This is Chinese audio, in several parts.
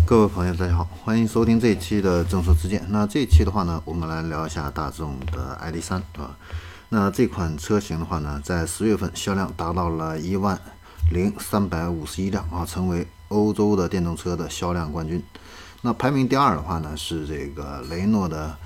各位朋友，大家好，欢迎收听这一期的正说之见。那这一期的话呢，我们来聊一下大众的 ID.3啊。那这款车型的话呢，在10月份销量达到了10351辆啊，成为欧洲的电动车的销量冠军。那排名第二的话呢，是这个雷诺的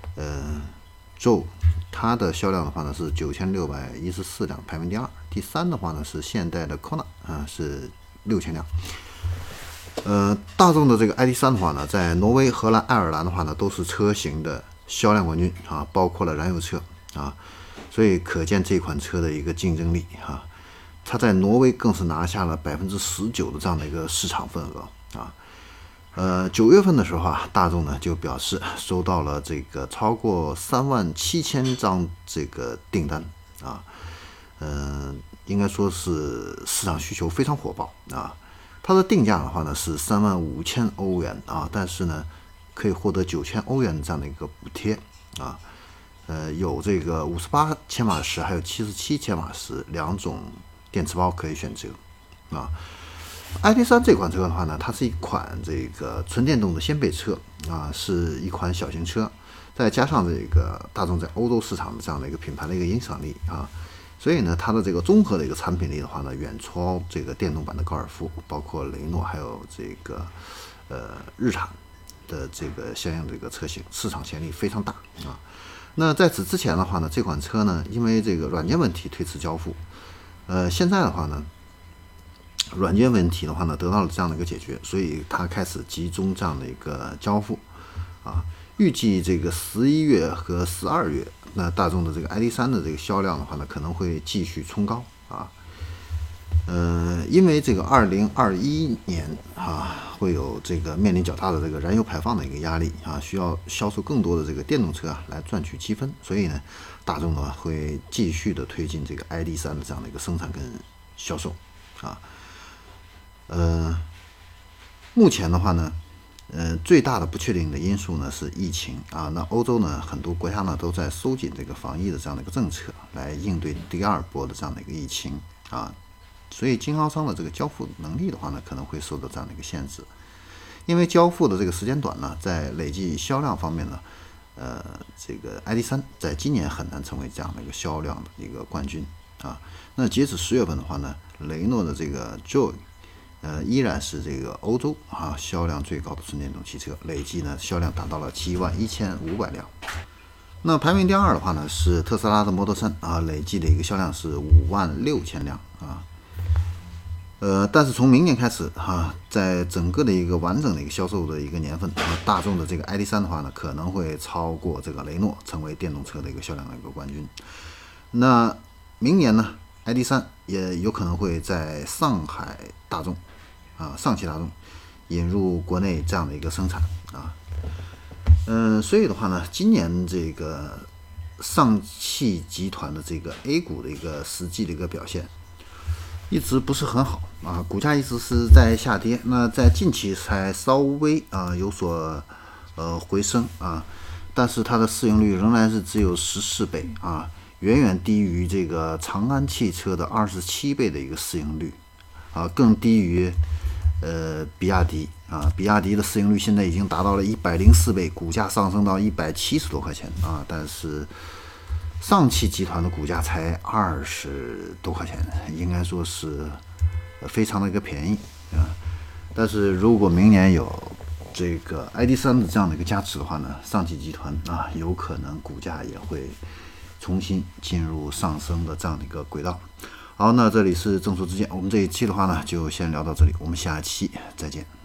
Zoe，它的销量的话呢是9614辆，排名第二。第三的话呢是现代的 Kona 啊，是6000辆。大众的这个 ID.3的话呢，在挪威、荷兰、爱尔兰的话呢，都是车型的销量冠军啊，包括了燃油车啊，所以可见这款车的一个竞争力啊。它在挪威更是拿下了19%的这样的一个市场份额啊。9月份的时候啊，大众呢就表示收到了这个超过37000张这个订单啊，应该说是市场需求非常火爆啊。它的定价的话呢是35000欧元啊，但是呢可以获得9000欧元这样的一个补贴啊。有这个58千瓦时还有77千瓦时两种电池包可以选择啊。ID.3这款车的话呢，它是一款这个纯电动的掀背车啊，是一款小型车，再加上这个大众在欧洲市场的这样的一个品牌的一个影响力啊。所以呢，它的这个综合的一个产品力的话呢，远超这个电动版的高尔夫，包括雷诺，还有这个日产的这个相应的这个车型，市场潜力非常大啊。那在此之前的话呢，这款车呢，因为这个软件问题推迟交付，现在的话呢，软件问题的话呢得到了这样的一个解决，所以它开始集中这样的一个交付啊。预计这个11月和12月，那大众的这个 ID.3的这个销量的话呢，可能会继续冲高啊。因为这个2021年啊，会有这个面临较大的这个燃油排放的一个压力啊，需要销售更多的这个电动车啊来赚取积分，所以呢，大众呢会继续的推进这个 ID.3的这样的一个生产跟销售啊。目前的话呢，最大的不确定的因素呢是疫情啊。那欧洲呢，很多国家呢都在收紧这个防疫的这样的一个政策，来应对第二波的这样的一个疫情啊。所以经销商的这个交付能力的话呢，可能会受到这样的一个限制。因为交付的这个时间短呢，在累计销量方面呢，这个 ID.3在今年很难成为这样的一个销量的一个冠军啊。那截止10月份的话呢，雷诺的这个 Zoe依然是这个欧洲啊销量最高的纯电动汽车，累计呢销量达到了71500辆。那排名第二的话呢是特斯拉的 Model 3啊，累计的一个销量是56000辆啊。但是从明年开始哈，在整个的一个完整的一个销售的一个年份啊，大众的这个 ID.3的话呢，可能会超过这个雷诺，成为电动车的一个销量的一个冠军。那明年呢，ID.3也有可能会在上海大众啊，上汽大众引入国内这样的一个生产啊。所以的话呢，今年这个上汽集团的这个 A 股的一个实际的一个表现，一直不是很好啊，股价一直是在下跌。那在近期才稍微有所回升啊，但是它的市盈率仍然是只有14倍啊，远远低于这个长安汽车的27倍的一个市盈率啊，更低于比亚迪啊，比亚迪的市盈率现在已经达到了104倍，股价上升到170多块钱啊，但是上汽集团的股价才20多块钱，应该说是非常的一个便宜啊。但是如果明年有这个 ID.3的这样的一个加持的话呢，上汽集团啊有可能股价也会重新进入上升的这样的一个轨道。好，那这里是正说之见，我们这一期的话呢就先聊到这里，我们下期再见。